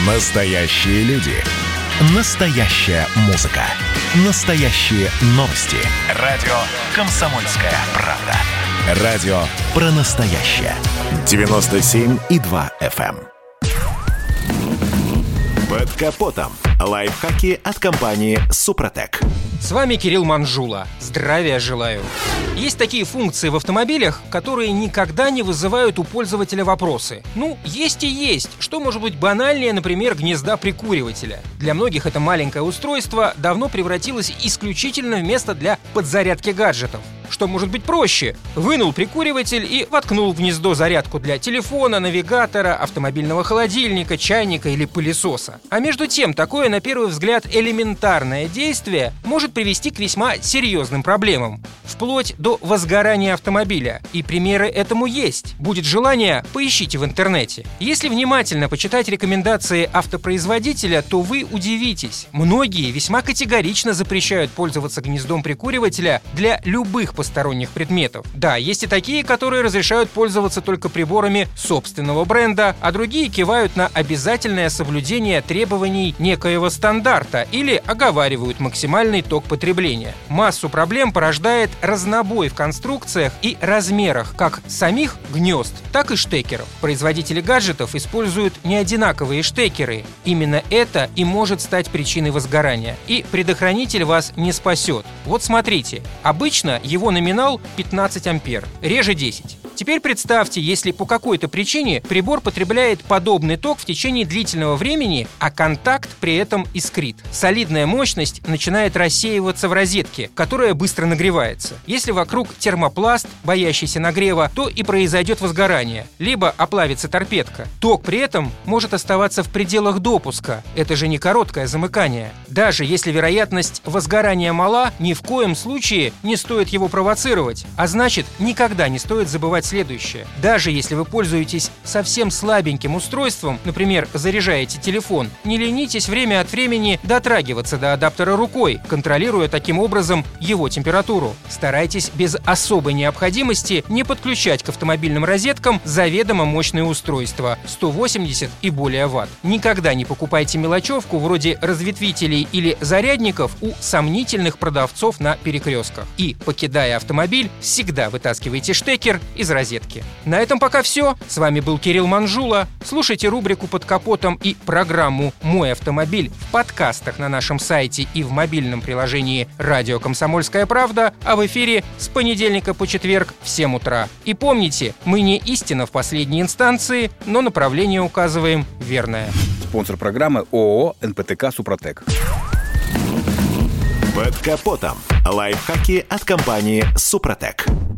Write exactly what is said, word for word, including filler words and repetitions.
Настоящие люди. Настоящая музыка. Настоящие новости. Радио «Комсомольская правда». Радио про настоящее. девяносто семь и два эф эм. Под капотом. Лайфхаки от компании «Супротек». С вами Кирилл Манжула. Здравия желаю. Есть такие функции в автомобилях, которые никогда не вызывают у пользователя вопросы. Ну, есть и есть. Что может быть банальнее, например, гнезда прикуривателя? Для многих это маленькое устройство давно превратилось исключительно в место для подзарядки гаджетов. Что может быть проще? Вынул прикуриватель и воткнул в гнездо зарядку для телефона, навигатора, автомобильного холодильника, чайника или пылесоса. А между тем, такое, на первый взгляд, элементарное действие может привести к весьма серьезным проблемам. Вплоть до возгорания автомобиля. И примеры этому есть. Будет желание, поищите в интернете. Если внимательно почитать рекомендации автопроизводителя, то вы удивитесь. Многие весьма категорично запрещают пользоваться гнездом прикуривателя для любых посторонних предметов. Да, есть и такие, которые разрешают пользоваться только приборами собственного бренда, а другие кивают на обязательное соблюдение требований некоего стандарта или оговаривают максимальный ток потребления. Массу проблем порождает разнобой в конструкциях и размерах как самих гнезд, так и штекеров. Производители гаджетов используют неодинаковые штекеры. Именно это и может стать причиной возгорания. И предохранитель вас не спасет. Вот смотрите, обычно его номинал пятнадцать ампер, реже десять. Теперь представьте, если по какой-то причине прибор потребляет подобный ток в течение длительного времени, а контакт при этом искрит. Солидная мощность начинает рассеиваться в розетке, которая быстро нагревается. Если вокруг термопласт, боящийся нагрева, то и произойдет возгорание, либо оплавится торпедка. Ток при этом может оставаться в пределах допуска. Это же не короткое замыкание. Даже если вероятность возгорания мала, ни в коем случае не стоит его провоцировать, а значит, никогда не стоит забывать следующее. Даже если вы пользуетесь совсем слабеньким устройством, например, заряжаете телефон, не ленитесь время от времени дотрагиваться до адаптера рукой, контролируя таким образом его температуру. Старайтесь без особой необходимости не подключать к автомобильным розеткам заведомо мощные устройства сто восемьдесят и более ватт. Никогда не покупайте мелочевку вроде разветвителей или зарядников у сомнительных продавцов на перекрестках. И, покидая автомобиль, всегда вытаскивайте штекер из розетки. На этом пока все. С вами был Кирилл Манжула. Слушайте рубрику «Под капотом» и программу «Мой автомобиль» в подкастах на нашем сайте и в мобильном приложении «Радио Комсомольская правда», а в эфире с понедельника по четверг в семь утра. И помните, мы не истина в последней инстанции, но направление указываем верное. Спонсор программы ООО «эн пэ тэ ка Супротек». Под капотом. Лайфхаки от компании «Супротек».